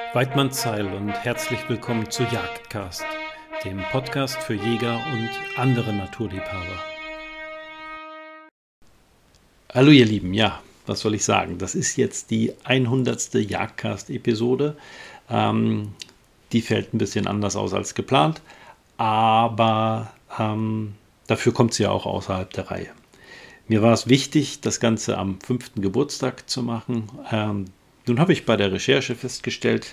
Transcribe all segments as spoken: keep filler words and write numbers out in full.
Weidmannsheil und herzlich willkommen zu Jagdcast, dem Podcast für Jäger und andere Naturliebhaber. Hallo ihr Lieben, ja, was soll ich sagen? Das ist jetzt die hundertste Jagdcast-Episode. Ähm, die fällt ein bisschen anders aus als geplant, aber ähm, dafür kommt sie ja auch außerhalb der Reihe. Mir war es wichtig, das Ganze am fünften Geburtstag zu machen. Ähm, nun habe ich bei der Recherche festgestellt,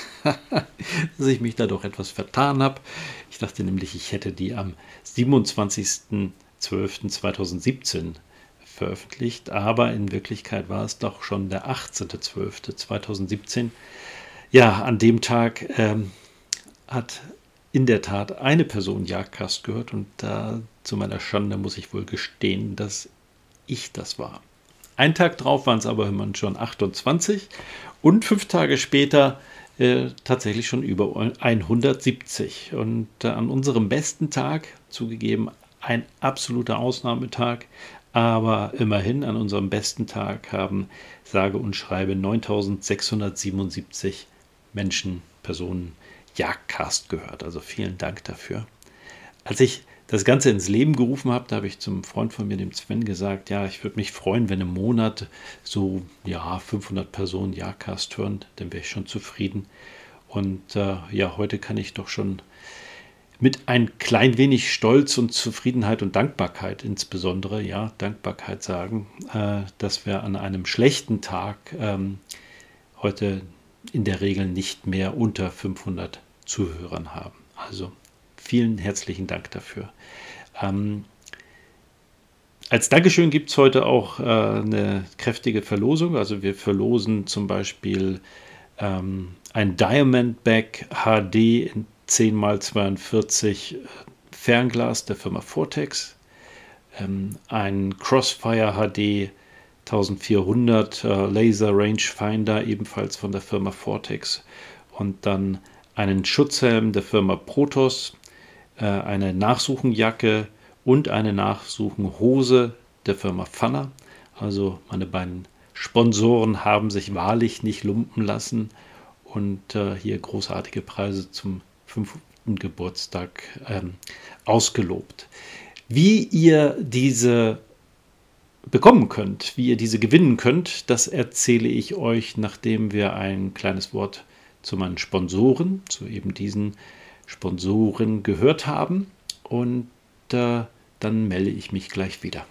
dass ich mich da doch etwas vertan habe. Ich dachte nämlich, ich hätte die am siebenundzwanzigsten zwölften zweitausendsiebzehn veröffentlicht, aber in Wirklichkeit war es doch schon der achtzehnten zwölften zweitausendsiebzehn. Ja, an dem Tag ähm, hat in der Tat eine Person Jagdcast gehört und da äh, zu meiner Schande muss ich wohl gestehen, dass ich das war. Einen Tag drauf waren es aber immerhin schon achtundzwanzig und fünf Tage später äh, tatsächlich schon über hundertsiebzig. Und äh, an unserem besten Tag, zugegeben ein absoluter Ausnahmetag, aber immerhin an unserem besten Tag haben sage und schreibe neuntausendsechshundertsiebenundsiebzig Menschen, Personen Jagdcast gehört. Also vielen Dank dafür. Als ich das Ganze ins Leben gerufen habe, da habe ich zum Freund von mir, dem Sven, gesagt, ja, ich würde mich freuen, wenn im Monat so ja, fünfhundert Personen Jagdcast hören, dann wäre ich schon zufrieden. Und äh, ja, heute kann ich doch schon mit ein klein wenig Stolz und Zufriedenheit und Dankbarkeit insbesondere, ja, Dankbarkeit sagen, äh, dass wir an einem schlechten Tag ähm, heute in der Regel nicht mehr unter fünfhundert Zuhörern haben. Also vielen herzlichen Dank dafür. Ähm, als Dankeschön gibt es heute auch äh, eine kräftige Verlosung. Also wir verlosen zum Beispiel ähm, ein Diamondback H D in zehn mal zweiundvierzig Fernglas der Firma Vortex, ähm, ein Crossfire H D eintausendvierhundert äh, Laser Rangefinder ebenfalls von der Firma Vortex und dann einen Schutzhelm der Firma Protos, eine Nachsuchenjacke und eine Nachsuchenhose der Firma Pfanner. Also meine beiden Sponsoren haben sich wahrlich nicht lumpen lassen und äh, hier großartige Preise zum fünften Geburtstag ähm, ausgelobt. Wie ihr diese bekommen könnt, wie ihr diese gewinnen könnt, das erzähle ich euch, nachdem wir ein kleines Wort zu meinen Sponsoren, zu eben diesen Sponsoren gehört haben und äh, dann melde ich mich gleich wieder.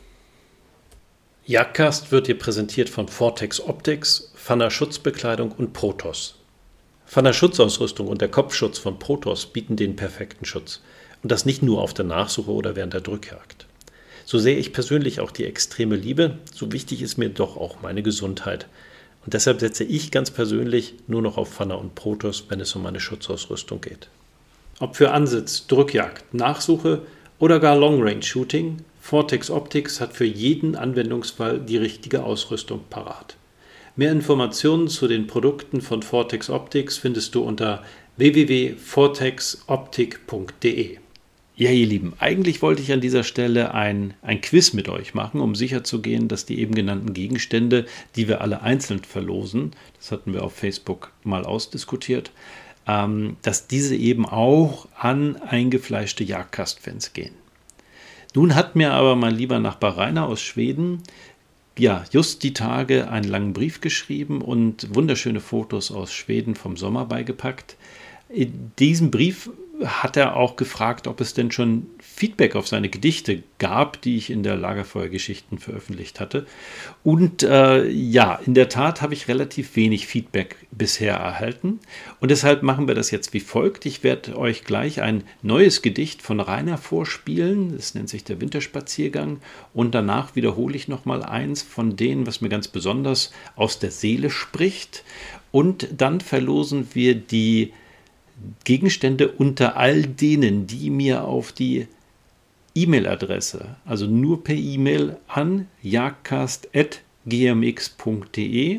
Jagdcast wird dir präsentiert von Vortex Optics, Pfanner Schutzbekleidung und Protos. Pfanner Schutzausrüstung und der Kopfschutz von Protos bieten den perfekten Schutz. Und das nicht nur auf der Nachsuche oder während der Drückjagd. So sehr ich persönlich auch die extreme liebe, so wichtig ist mir doch auch meine Gesundheit. Und deshalb setze ich ganz persönlich nur noch auf Pfanner und Protos, wenn es um meine Schutzausrüstung geht. Ob für Ansitz, Drückjagd, Nachsuche oder gar Long-Range-Shooting, Vortex Optics hat für jeden Anwendungsfall die richtige Ausrüstung parat. Mehr Informationen zu den Produkten von Vortex Optics findest du unter w w w punkt vortex optik punkt d e. Ja, ihr Lieben, eigentlich wollte ich an dieser Stelle ein, ein Quiz mit euch machen, um sicherzugehen, dass die eben genannten Gegenstände, die wir alle einzeln verlosen, das hatten wir auf Facebook mal ausdiskutiert, ähm, dass diese eben auch an eingefleischte Jagdcast-Fans gehen. Nun hat mir aber mein lieber Nachbar Rainer aus Schweden ja just die Tage einen langen Brief geschrieben und wunderschöne Fotos aus Schweden vom Sommer beigepackt. In diesem Brief hat er auch gefragt, ob es denn schon Feedback auf seine Gedichte gab, die ich in der Lagerfeuergeschichten veröffentlicht hatte. Und äh, ja, in der Tat habe ich relativ wenig Feedback bisher erhalten. Und deshalb machen wir das jetzt wie folgt. Ich werde euch gleich ein neues Gedicht von Rainer vorspielen. Das nennt sich der Winterspaziergang. Und danach wiederhole ich nochmal eins von denen, was mir ganz besonders aus der Seele spricht. Und dann verlosen wir die Gegenstände unter all denen, die mir auf die E-Mail-Adresse, also nur per E-Mail an jagdcast at g m x punkt d e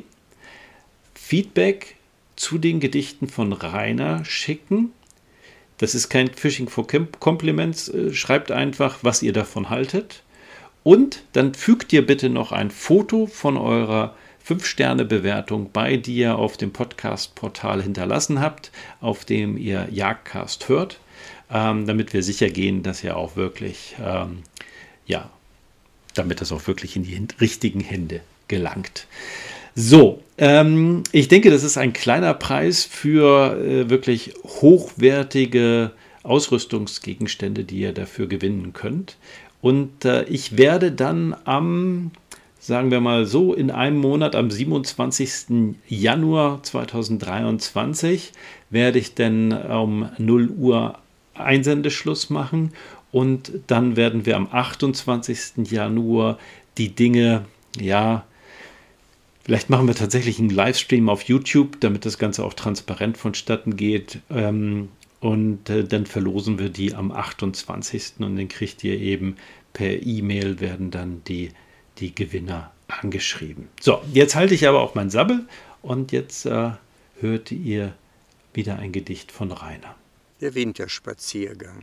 Feedback zu den Gedichten von Rainer schicken. Das ist kein Fishing for Compliments. Schreibt einfach, was ihr davon haltet. Und dann fügt ihr bitte noch ein Foto von eurer fünf Sterne Bewertung bei dir auf dem Podcast-Portal hinterlassen habt, auf dem ihr Jagdcast hört, ähm, damit wir sicher gehen, dass ihr auch wirklich, ähm, ja, damit das auch wirklich in die richtigen Hände gelangt. So, ähm, ich denke, das ist ein kleiner Preis für äh, wirklich hochwertige Ausrüstungsgegenstände, die ihr dafür gewinnen könnt. Und äh, ich werde dann am, sagen wir mal so, in einem Monat, am siebenundzwanzigsten Januar zweitausenddreiundzwanzig, werde ich dann um null Uhr Einsendeschluss machen. Und dann werden wir am achtundzwanzigsten Januar die Dinge, ja, vielleicht machen wir tatsächlich einen Livestream auf YouTube, damit das Ganze auch transparent vonstatten geht. Ähm, und äh, dann verlosen wir die am achtundzwanzigsten und dann kriegt ihr eben per E-Mail, werden dann die, die Gewinner angeschrieben. So, jetzt halte ich aber auch mein Sabbel und jetzt äh, hört ihr wieder ein Gedicht von Rainer. Der Winterspaziergang.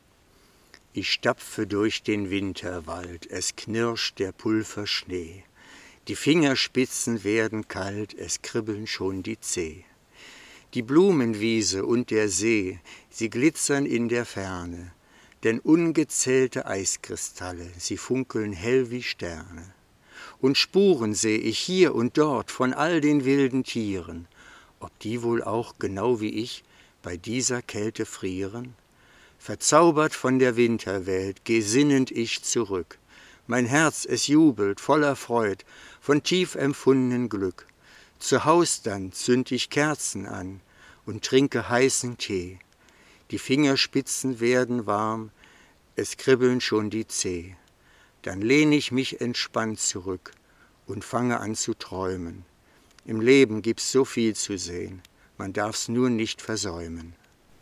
Ich stapfe durch den Winterwald, es knirscht der Pulverschnee. Die Fingerspitzen werden kalt, es kribbeln schon die Zeh. Die Blumenwiese und der See, sie glitzern in der Ferne, denn ungezählte Eiskristalle, sie funkeln hell wie Sterne. Und Spuren seh ich hier und dort von all den wilden Tieren, ob die wohl auch, genau wie ich, bei dieser Kälte frieren? Verzaubert von der Winterwelt, geh sinnend ich zurück. Mein Herz, es jubelt, voller Freud, von tief empfundenen Glück. Zu Haus dann zünd ich Kerzen an und trinke heißen Tee. Die Fingerspitzen werden warm, es kribbeln schon die Zeh. Dann lehn ich mich entspannt zurück und fange an zu träumen. Im Leben gibt's so viel zu sehen, man darf's nur nicht versäumen.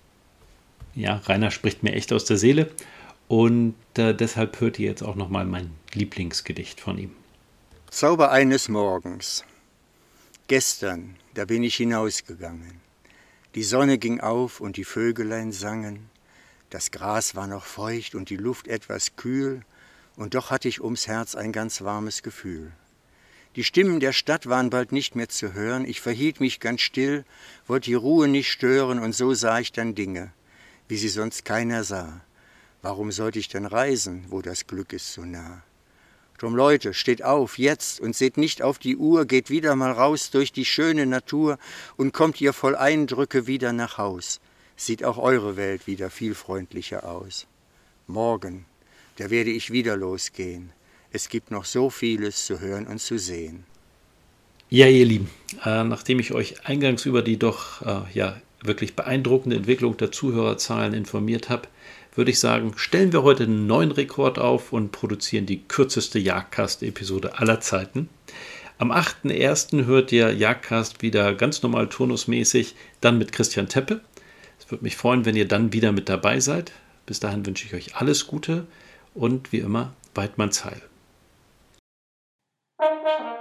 Ja, Rainer spricht mir echt aus der Seele. Und äh, deshalb hört ihr jetzt auch nochmal mein Lieblingsgedicht von ihm. Zauber eines Morgens. Gestern, da bin ich hinausgegangen. Die Sonne ging auf und die Vögelein sangen. Das Gras war noch feucht und die Luft etwas kühl. Und doch hatte ich ums Herz ein ganz warmes Gefühl. Die Stimmen der Stadt waren bald nicht mehr zu hören. Ich verhielt mich ganz still, wollte die Ruhe nicht stören. Und so sah ich dann Dinge, wie sie sonst keiner sah. Warum sollte ich denn reisen, wo das Glück ist so nah? Drum Leute, steht auf, jetzt, und seht nicht auf die Uhr, geht wieder mal raus durch die schöne Natur und kommt ihr voll Eindrücke wieder nach Haus. Sieht auch eure Welt wieder viel freundlicher aus. Morgen, da werde ich wieder losgehen. Es gibt noch so vieles zu hören und zu sehen. Ja, ihr Lieben, äh, nachdem ich euch eingangs über die doch äh, ja, wirklich beeindruckende Entwicklung der Zuhörerzahlen informiert habe, würde ich sagen, stellen wir heute einen neuen Rekord auf und produzieren die kürzeste Jagdcast-Episode aller Zeiten. Am achten ersten hört ihr Jagdcast wieder ganz normal turnusmäßig, dann mit Christian Teppe. Es würde mich freuen, wenn ihr dann wieder mit dabei seid. Bis dahin wünsche ich euch alles Gute und wie immer, Weidmanns Heil.